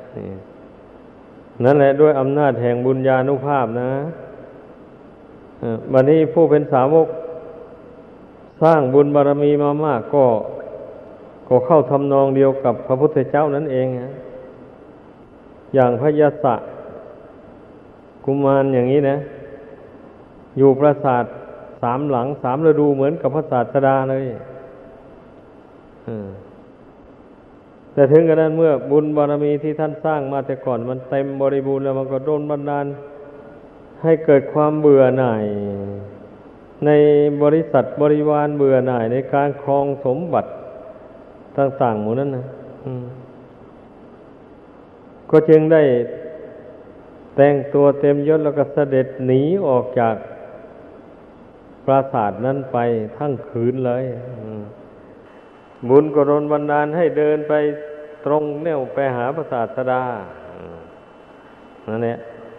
นั่นแหละด้วยอำนาจแห่งบุญญาณุภาพนะบัดนี้ผู้เป็นสาวกสร้างบุญบารมีมามากก็ก็เข้าทำนองเดียวกับพระพุทธเจ้านั่นเองนะอย่างพระยศกุมารอย่างนี้นะอยู่ปราสาทสามหลังสามฤดูเหมือนกับพระศาสดาเลยแต่ถึงกระนั้นเมื่อบุญบารมีที่ท่านสร้างมาแต่ก่อนมันเต็มบริบูรณ์แล้วมันก็โดนบันดาลให้เกิดความเบื่อหน่ายในบริษัทบริวารเบื่อหน่ายในการครองสมบัติต่างๆหมู่นั้นนะก็จึงได้แต่งตัวเต็มยศแล้วก็เสด็จหนีออกจากปราสาทนั้นไปทั้งคืนเลยบุญก็โดนบันดาลให้เดินไปตรงแนวไปหาพระศาสดานั่นแหละ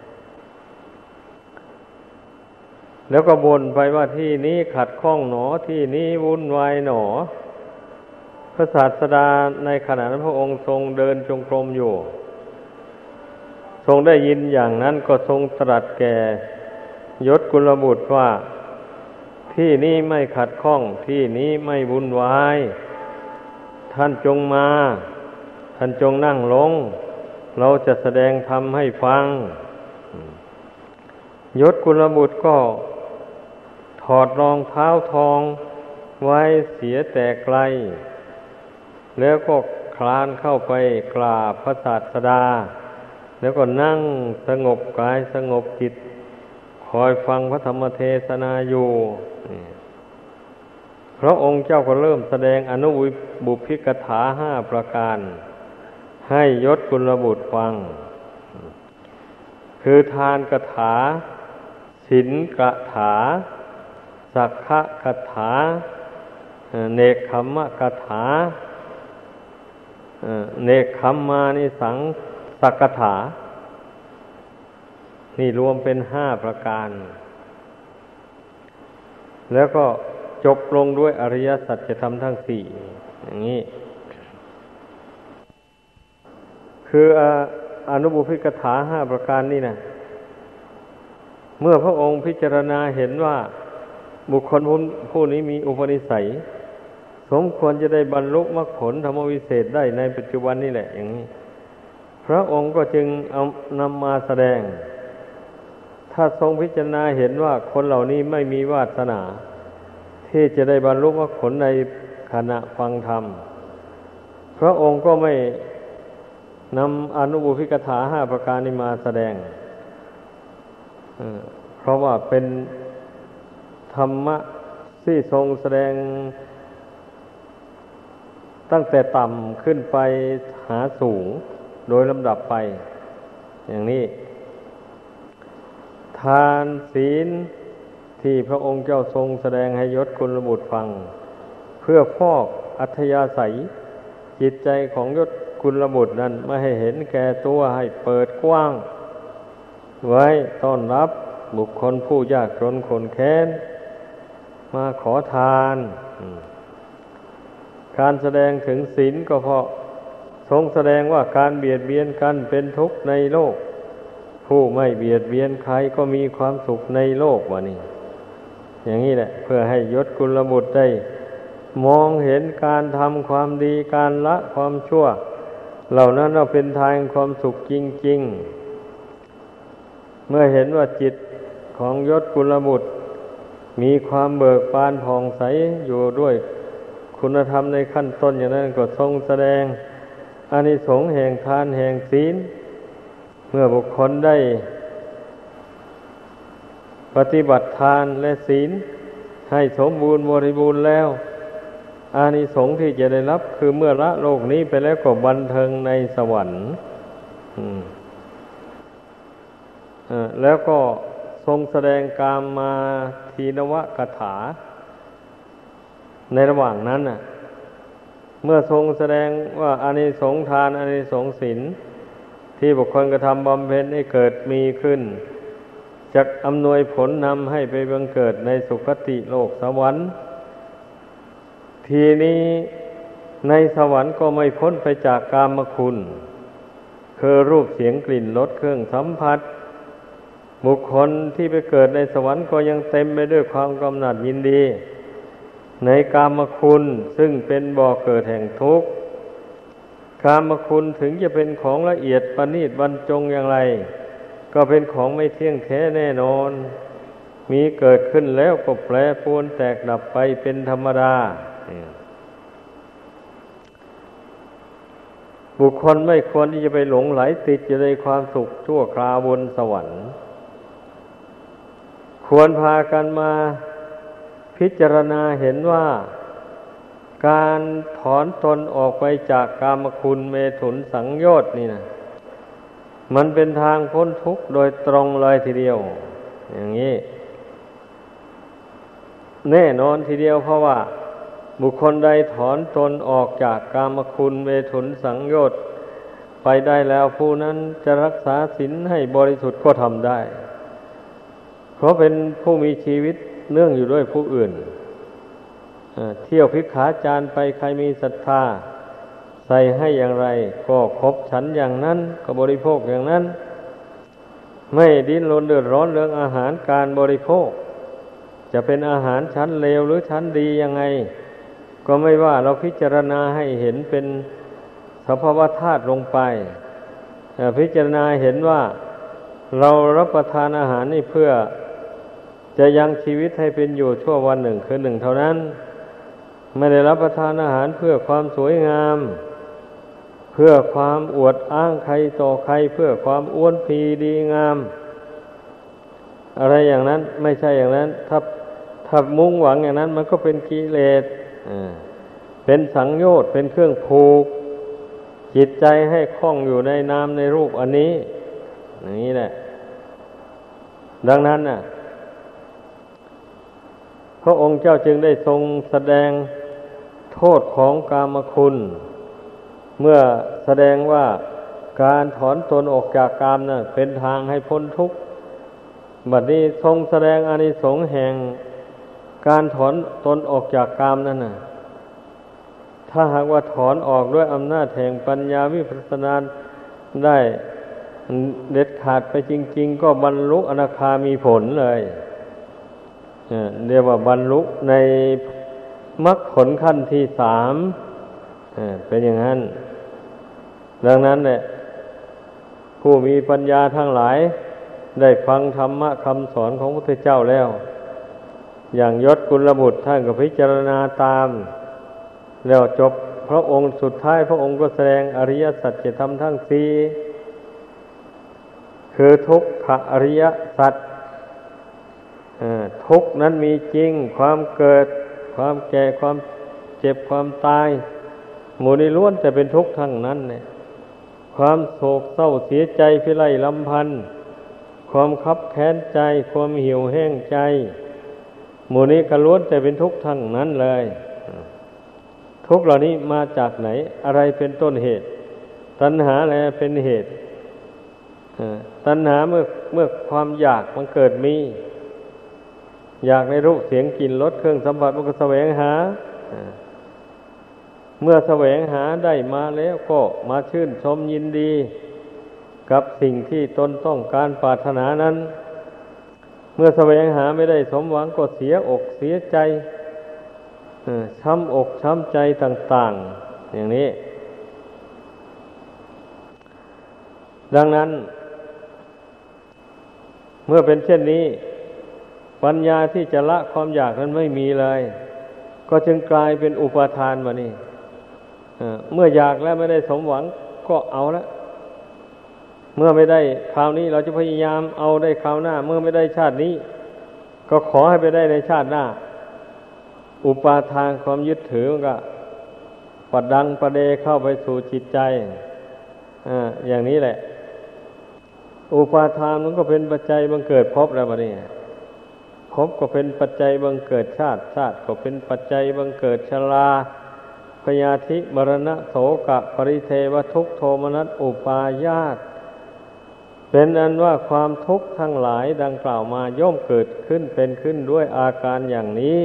แล้วก็บ่นไปว่าที่นี้ขัดข้องหนอที่นี้วุ่นวายหนอพระศาสดาในขณะนั้นพระองค์ทรงเดินจงกรมอยู่ทรงได้ยินอย่างนั้นก็ทรงตรัสแก่ยศกุลบุตรว่าที่นี้ไม่ขัดข้องที่นี้ไม่วุ่นวายท่านจงมาท่านจงนั่งลงเราจะแสดงธรรมให้ฟังยศกุลบุตรก็ถอดรองเท้าทองไว้เสียแต่ไกลแล้วก็คลานเข้าไปกราบพระศาสดาแล้วก็นั่งสงบกายสงบจิตคอยฟังพระธรรมเทศนาอยู่พระองค์เจ้าก็เริ่มแสดงอนุบุพพิกถาห้าประการให้ยศกุลบุตรฟังคือทานกถาศีลกถาสักขะกถาเนกขัมมะกถาเนกขัมมานิสังสักกถานี่รวมเป็นห้าประการแล้วก็จบลงด้วยอริยสัจธรรมทั้งสี่อย่างนี้คืออนุบุพพิกถาห้าประการนี่นะเมื่อพระองค์พิจารณาเห็นว่าบุคคลผู้นี้มีอุปนิสัยสมควรจะได้บรรลุมรรคผลธรรมวิเศษได้ในปัจจุบันนี่แหละอย่างนี้พระองค์ก็จึงเอานำมาแสดงถ้าทรงพิจารณาเห็นว่าคนเหล่านี้ไม่มีวาสนาที่จะได้บรรลุมรรคผลในขณะฟังธรรมพระองค์ก็ไม่นำอนุบุพพิกถาห้าประการนี้มาแสดงเพราะว่าเป็นธรรมะที่ทรงแสดงตั้งแต่ต่ำขึ้นไปหาสูงโดยลำดับไปอย่างนี้ทานศีลที่พระองค์เจ้าทรงแสดงให้ยศกุลบุตรฟังเพื่อฟอกอัธยาศัยจิตใจของยศกุลบุตรนั้นไม่ให้เห็นแก่ตัวให้เปิดกว้างไว้ต้อนรับบุคคลผู้ยากจนคนแค้นมาขอทานการแสดงถึงศีลก็เพราะทรงแสดงว่าการเบียดเบียนกันเป็นทุกข์ในโลกผู้ไม่เบียดเบียนใครก็มีความสุขในโลกวะนี่อย่างนี้แหละเพื่อให้ยศกุลบุตรได้มองเห็นการทำความดีการละความชั่วเหล่านั้นเราเป็นทางความสุขจริงๆเมื่อเห็นว่าจิตของยศกุลบุตรมีความเบิกบานผ่องใสอยู่ด้วยคุณธรรมในขั้นต้นอย่างนั้นก็ทรงแสดงอานิสงส์แห่งทานแห่งศีลเมื่อบุคคลได้ปฏิบัติทานและศีลให้สมบูรณ์บริบูรณ์แล้วอานิสงส์ที่จะได้รับคือเมื่อละโลกนี้ไปแล้วก็บันเทิงในสวรรค์แล้วก็ทรงแสดงกามมาทีนวกถาในระหว่างนั้นน่ะเมื่อทรงแสดงว่าอานิสงส์ทานอานิสงส์ศีลที่บุคคลกระทำบำเพ็ญให้เกิดมีขึ้นจะอำนวยผลนำให้ไปบังเกิดในสุคติโลกสวรรค์ทีนี้ในสวรรค์ก็ไม่พ้นไปจากกามคุณคือรูปเสียงกลิ่นรสเครื่องสัมผัสบุคคลที่ไปเกิดในสวรรค์ก็ยังเต็มไปด้วยความกำหนัดยินดีในกามคุณซึ่งเป็นบ่อเกิดแห่งทุกข์กามคุณถึงจะเป็นของละเอียดประณีตบรรจงอย่างไรก็เป็นของไม่เที่ยงแท้แน่นอนมีเกิดขึ้นแล้วก็แปรปรวนแตกดับไปเป็นธรรมดาบุคคลไม่ควรที่จะไปหลงไหลติดอยู่ในความสุขชั่วคราวบนสวรรค์ควรพากันมาพิจารณาเห็นว่าการถอนตนออกไปจากกามคุณเมถุนสังโยชน์นี่นะมันเป็นทางพ้นทุกข์โดยตรงเลยทีเดียวอย่างนี้แน่นอนทีเดียวเพราะว่าบุคคลใดถอนตนออกจากกามคุณเมถุนสังโยชน์ไปได้แล้วผู้นั้นจะรักษาศีลให้บริสุทธิ์ก็ทำได้เพราะเป็นผู้มีชีวิตเนื่องอยู่ด้วยผู้อื่นเที่ยวภิกขาจารไปใครมีศรัทธาใส่ให้อย่างไรก็ครบฉันอย่างนั้นก็บริโภคอย่างนั้นไม่ดิ้นรนเดือดร้อนเรื่องอาหารการบริโภคจะเป็นอาหารชั้นเลวหรือชั้นดียังไงก็ไม่ว่าเราพิจารณาให้เห็นเป็นสภาวะธาตุลงไปพิจารณาเห็นว่าเรารับประทานอาหารนี่เพื่อจะยังชีวิตให้เป็นอยู่ชั่ววันหนึ่งคืนหนึ่งเท่านั้นไม่ได้รับประทานอาหารเพื่อความสวยงามเพื่อความอวดอ้างใครต่อใครเพื่อความอ้วนพีดีงามอะไรอย่างนั้นไม่ใช่อย่างนั้นถ้าถ้ามุ่งหวังอย่างนั้นมันก็เป็นกิเลสเป็นสังโยชน์เป็นเครื่องผูกจิตใจให้คล้องอยู่ในนามในรูปอันนี้อย่างนี้แหละดังนั้นน่ะพระองค์เจ้าจึงได้ทรงแสดงโทษของกามคุณเมื่อแสดงว่าการถอนตนออกจากกามน่ะเป็นทางให้พ้นทุกข์บัดนี้ทรงแสดงอานิสงส์แห่งการถอนตนออกจากกามนั่นน่ะถ้าหากว่าถอนออกด้วยอำนาจแห่งปัญญาวิปัสสนาได้เด็ดขาดไปจริงๆก็บรรลุอนาคามีผลเลยเรียกว่าบรรลุในมรรคผลขั้นที่สามเป็นอย่างนั้นดังนั้นเนี่ยผู้มีปัญญาทั้งหลายได้ฟังธรรมะคำสอนของพระพุทธเจ้าแล้วอย่างยศกุลบุตรท่านก็พิจารณาตามแล้วจบพระองค์สุดท้ายพระองค์ก็แสดงอริยสัจธรรมทั้งสี่คือทุกขอริยสัจทุกข์นั้นมีจริงความเกิดความแก่ความเจ็บความตายหมู่นี้ล้วนแต่เป็นทุกข์ทั้งนั้นเนี่ยความโศกเศร้าเสียใจพิไรลำพันธ์ความคับแค้นใจความหิวแห้งใจหมู่นี้ก็ล้วนแต่เป็นทุกข์ทั้งนั้นเลยทุกข์เหล่านี้มาจากไหนอะไรเป็นต้นเหตุตัณหาอะไรเป็นเหตุตัณหาเมื่อเมื่อความอยากมันเกิดมีอยากในรูปเสียงกลิ่นรสเครื่องสัมผัสมันก็แสวงหาเมื่อแสวงหาได้มาแล้วก็มาชื่นชมยินดีกับสิ่งที่ตนต้องการปรารถนานั้นเมื่อแสวงหาไม่ได้สมหวังก็เสียอกเสียใจช้ำอกช้ำใจต่างๆอย่างนี้ดังนั้นเมื่อเป็นเช่นนี้ปัญญาที่จะละความอยากนั้นไม่มีเลยก็จึงกลายเป็นอุปาทานมานี่เมื่ออยากแล้วไม่ได้สมหวังก็เอาละเมื่อไม่ได้คราวนี้เราจะพยายามเอาได้คราวหน้าเมื่อไม่ได้ชาตินี้ก็ขอให้ไปได้ในชาติหน้าอุปาทานความยึดถือมันก็ปัดดังประเดเข้าไปสู่จิตใจอ่าอย่างนี้แหละอุปาทานมันก็เป็นปัจจัยบังเกิดภพแล้วบัดนี้ภพก็เป็นปัจจัยบังเกิดชาติชาติก็เป็นปัจจัยบังเกิดชราพยาธิมรณะโสกะปริเทวทุกขโทมนัสอุปาญาตเป็นอันว่าความทุกข์ทั้งหลายดังกล่าวมาย่อมเกิดขึ้นเป็นขึ้นด้วยอาการอย่างนี้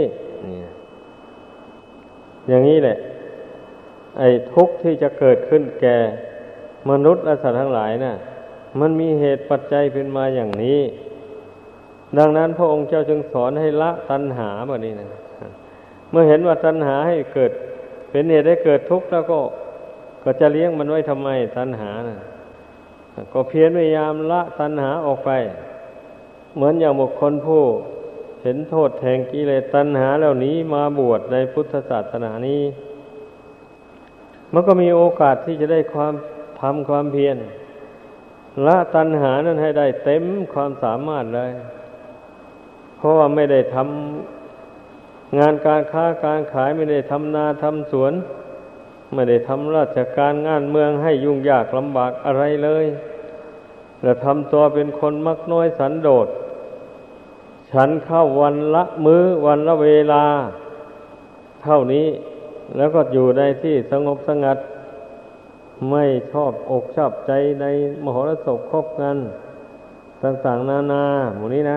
อย่างนี้แหละไอ้ทุกข์ที่จะเกิดขึ้นแก่มนุษย์และสัตว์ทั้งหลายน่ะมันมีเหตุปัจจัยเป็นมาอย่างนี้ดังนั้นพระองค์เจ้าจึงสอนให้ละตัณหาแบบนี้นะเมื่อเห็นว่าตัณหาให้เกิดเป็นเหตุให้เกิดทุกข์แล้วก็ก็จะเลี้ยงมันไว้ทำไมตัณหานะก็เพียรพยายามละตัณหาออกไปเหมือนอย่างบุคคลผู้เห็นโทษแห่งกิเลสตัณหาแล้วนี้มาบวชในพุทธศาสนานี้มันก็มีโอกาสที่จะได้ความทำความเพียรละตัณหานั้นให้ได้เต็มความสามารถเลยเพราะว่าไม่ได้ทำงานการค้าการขายไม่ได้ทำนาทำสวนไม่ได้ทำราชการงานเมืองให้ยุ่งยากลำบากอะไรเลยและทำตัวเป็นคนมักน้อยสันโดษฉันเข้าวันละมื้อวันละเวลาเท่านี้แล้วก็อยู่ในที่สงบสงัดไม่ชอบอกชอบใจในมโหรสพคบกันต่างๆนานาหมู่นี้นะ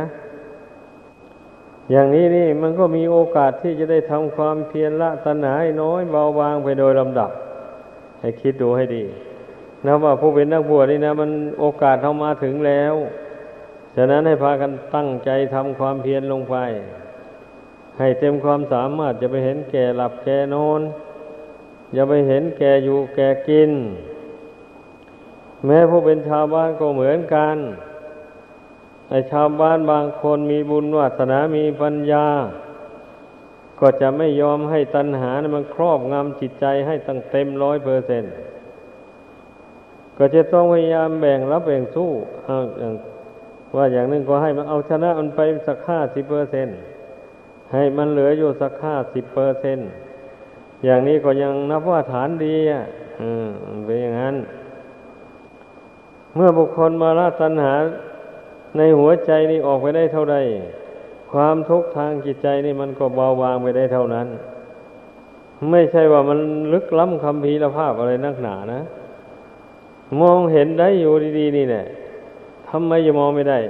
อย่างนี้นี่มันก็มีโอกาสที่จะได้ทำความเพียรละตัณหาให้น้อยเบาบางไปโดยลำดับให้คิดดูให้ดีนะว่าผู้เป็นนักบวชนี่นะมันโอกาสเข้ามาถึงแล้วฉะนั้นให้พากันตั้งใจทำความเพียรลงไปให้เต็มความสามารถจะไปเห็นแก่หลับแก่นอนอย่าไปเห็นแก่อยู่แก่กินแม้ผู้เป็นชาวบ้านก็เหมือนกันไอ้ชาวบ้านบางคนมีบุญวาสนามีปัญญาก็จะไม่ยอมให้ตัณหานะมันครอบงำจิตใจให้ตั้งเต็มร้อยเปอร์เซ็นต์ก็จะต้องพยายามแบ่งรับแบ่งสู้เอาอย่างว่าอย่างหนึ่งก็ให้มันเอาชนะมันไปสักห้าสิบเปอร์เซ็นต์ให้มันเหลืออยู่สักห้าสิบเปอร์เซ็นต์อย่างนี้ก็ยังนับว่าฐานดีอ่ะอืมเป็นอย่างนั้นเมื่อบุคคลมาละตัณหาในหัวใจนี่ออกไปได้เท่าใดความทุกข์ทางจิตใจนี่มันก็เบาบางไปได้เท่านั้นไม่ใช่ว่ามันลึกล้ำคัมภีรภาพอะไรนักหนานะมองเห็นได้อยู่ดีๆนี่แหละทำไมจะมองไม่ได้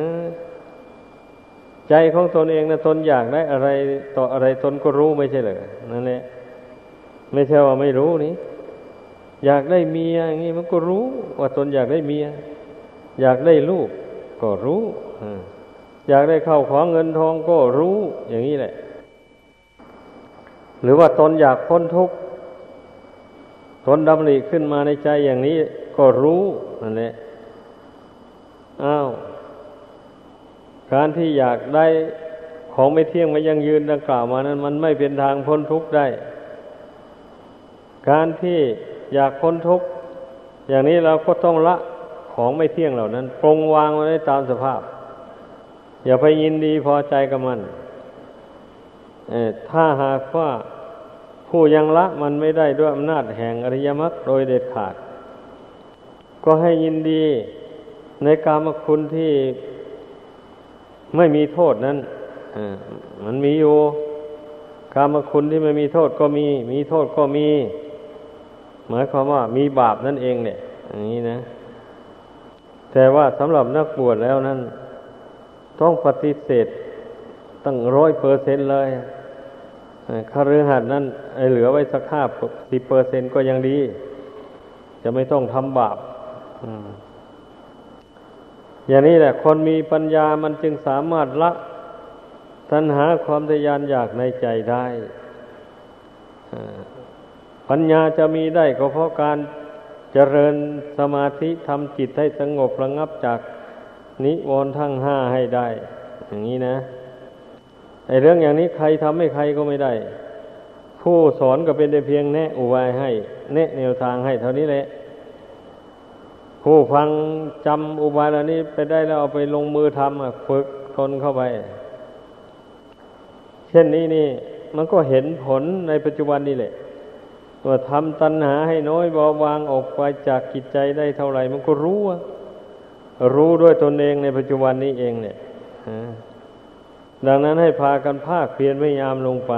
ใจของตนเองนะตนอยากได้อะไรต่ออะไรตนก็รู้ไม่ใช่เหรอนั่นแหละไม่ใช่ว่าไม่รู้นี่อยากได้เมียอย่างนี้มันก็รู้ว่าตนอยากได้เมียอยากได้ลูกก็รู้อยากได้เข้าของเงินทองก็รู้อย่างนี้แหละหรือว่าตนอยากพ้นทุกข์ตนดำริขึ้นมาในใจอย่างนี้ก็รู้นั่นแหละอ้าวการที่อยากได้ของไม่เที่ยงไม่ยั่งยืนดังกล่าวมานั้นมันไม่เป็นทางพ้นทุกข์ได้การที่อยากพ้นทุกข์อย่างนี้เราก็ต้องละของไม่เที่ยงเหล่านั้นปรงวางไว้ตามสภาพอย่าไปยินดีพอใจกับมันถ้าหากว่าผู้ยังละมันไม่ได้ด้วยอำนาจแห่งอริยมรรคโดยเด็ดขาดก็ให้ยินดีในกามคุณที่ไม่มีโทษนั้นมันมีอยู่กามคุณที่ไม่มีโทษก็มีมีโทษก็มีหมายความว่ามีบาปนั่นเองเนี่ยอย่างนี้นะแต่ว่าสำหรับนักบวชแล้วนั้นต้องปฏิเสธตั้งร้อยเปอร์เซ็นต์เลยคฤหัสถ์นั้นไอ้เหลือไว้สักห้าสิบเปอร์เซ็นต์ก็ยังดีจะไม่ต้องทำบาปอย่างนี้แหละคนมีปัญญามันจึงสามารถละตัณหาความทะยานอยากในใจได้ปัญญาจะมีได้ก็เพราะการเจริญสมาธิทำจิตให้สงบระงับจากนิวรณ์ทั้งห้าให้ได้อย่างนี้นะไอ้เรื่องอย่างนี้ใครทำให้ใครก็ไม่ได้ผู้สอนก็เป็นแต่เพียงแนะอุบายให้แนะแนวทางให้เท่านี้แหละผู้ฟังจำอุบายเหล่านี้ไปได้แล้วเอาไปลงมือทำฝึกทนเข้าไปเช่นนี้นี่มันก็เห็นผลในปัจจุบันนี่แหละว่าทำตัณหาให้น้อยเบาบางออกไปจากจิตใจได้เท่าไหร่มันก็รู้รู้ด้วยตนเองในปัจจุบันนี้เองเนี่ยดังนั้นให้พากันภาคเพียรพยายามลงไป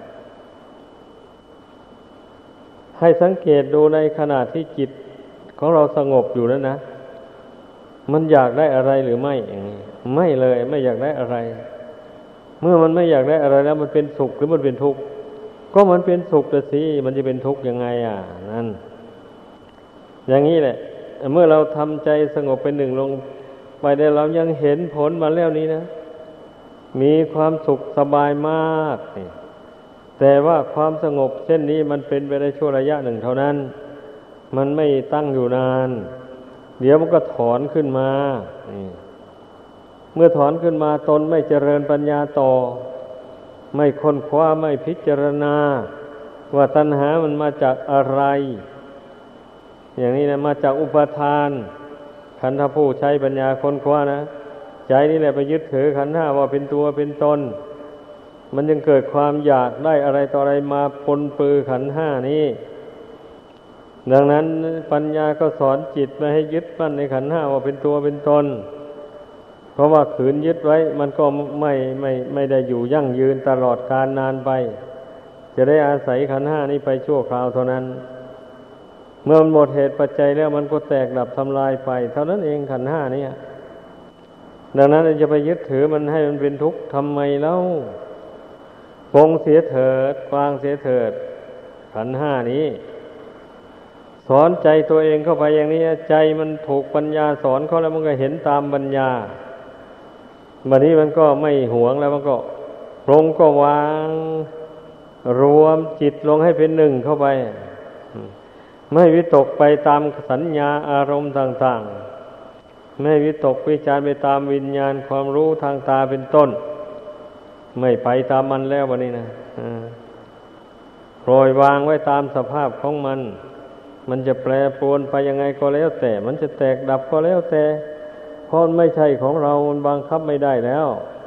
ให้สังเกตดูในขณะที่จิตของเราสงบอยู่แล้วนะมันอยากได้อะไรหรือไม่อย่างนี้ไม่เลยไม่อยากได้อะไรเมื่อมันไม่อยากได้อะไรแล้วมันเป็นสุขหรือมันเป็นทุกข์ก็มันเป็นสุขแต่สิมันจะเป็นทุกข์ยังไงอ่ะนั่นอย่างนี้แหละเมื่อเราทำใจสงบเป็นหนึ่งลงไปได้เรายังเห็นผลมาแล้วนี้นะมีความสุขสบายมากนี่แต่ว่าความสงบเช่นนี้มันเป็นไปได้ชั่วระยะหนึ่งเท่านั้นมันไม่ตั้งอยู่นานเดี๋ยวมันก็ถอนขึ้นมาเมื่อถอนขึ้นมาตนไม่เจริญปัญญาต่อไม่ค้นคว้าไม่พิจารณาว่าตัณหามันมาจากอะไรอย่างนี้นะมาจากอุปาทานขันธผู้ใช้ปัญญาค้นคว้านะใจนี่แหละไปยึดถือขันธ์ห้าว่าเป็นตัวเป็นตนมันจึงเกิดความอยากได้อะไรต่ออะไรมาปนปือขันธ์ห้านี้ดังนั้นปัญญาก็สอนจิตไม่ให้ยึดมั่นในขันธ์ห้าว่าเป็นตัวเป็นตนเพราะว่าขืนยึดไว้มันก็ไม่ไม่ไม่ได้อยู่ยั่งยืนตลอดกาลนานไปจะได้อาศัยขันธ์ห้านี้ไปชั่วคราวเท่านั้นเมื่อมันหมดเหตุปัจจัยแล้วมันก็แตกดับทำลายไปเท่านั้นเองขันธ์ห้านี้ดังนั้นจะไปยึดถือมันให้มันเป็นทุกข์ทำไมเล่าปรงเสียเถิดวางเสียเถิดขันธ์ห้านี้สอนใจตัวเองเข้าไปอย่างนี้ใจมันถูกปัญญาสอนเขาแล้วมันก็เห็นตามปัญญาบัดนี้มันก็ไม่หวงแล้วมันก็ปรงก็วางรวมจิตลงให้เป็นหนึ่งเข้าไปไม่วิตกไปตามสัญญาอารมณ์ต่างๆไม่วิตกวิจารไปตามวิญญาณความรู้ทางตาเป็นต้นไม่ไปตามมันแล้ววันนี้นะปล่อยวางไว้ตามสภาพของมันมันจะแปรปรวนไปยังไงก็แล้วแต่มันจะแตกดับก็แล้วแต่เพราะมันไม่ใช่ของเรามันบังคับไม่ได้แล้ว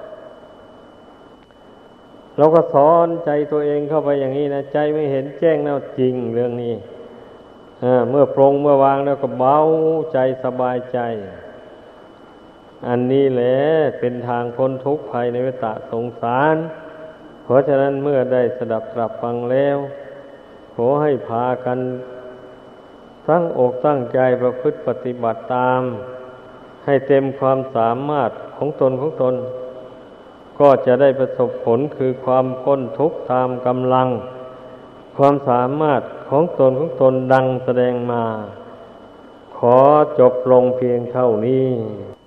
เราก็สอนใจตัวเองเข้าไปอย่างนี้นะใจไม่เห็นแจ้งแล้วจริงเรื่องนี้เมื่อปรงเมื่อวางแล้วก็เบาใจสบายใจอันนี้แหละเป็นทางพ้นทุกข์ภายในวัฏสงสารเพราะฉะนั้นเมื่อได้สดับตรับฟังแล้วขอให้พากันตั้งอกตั้งใจประพฤติปฏิบัติตามให้เต็มความสามารถของตนของตนก็จะได้ประสบผลคือความพ้นทุกข์ตามกำลังความสามารถของตนของตนดังแสดงมาขอจบลงเพียงเท่านี้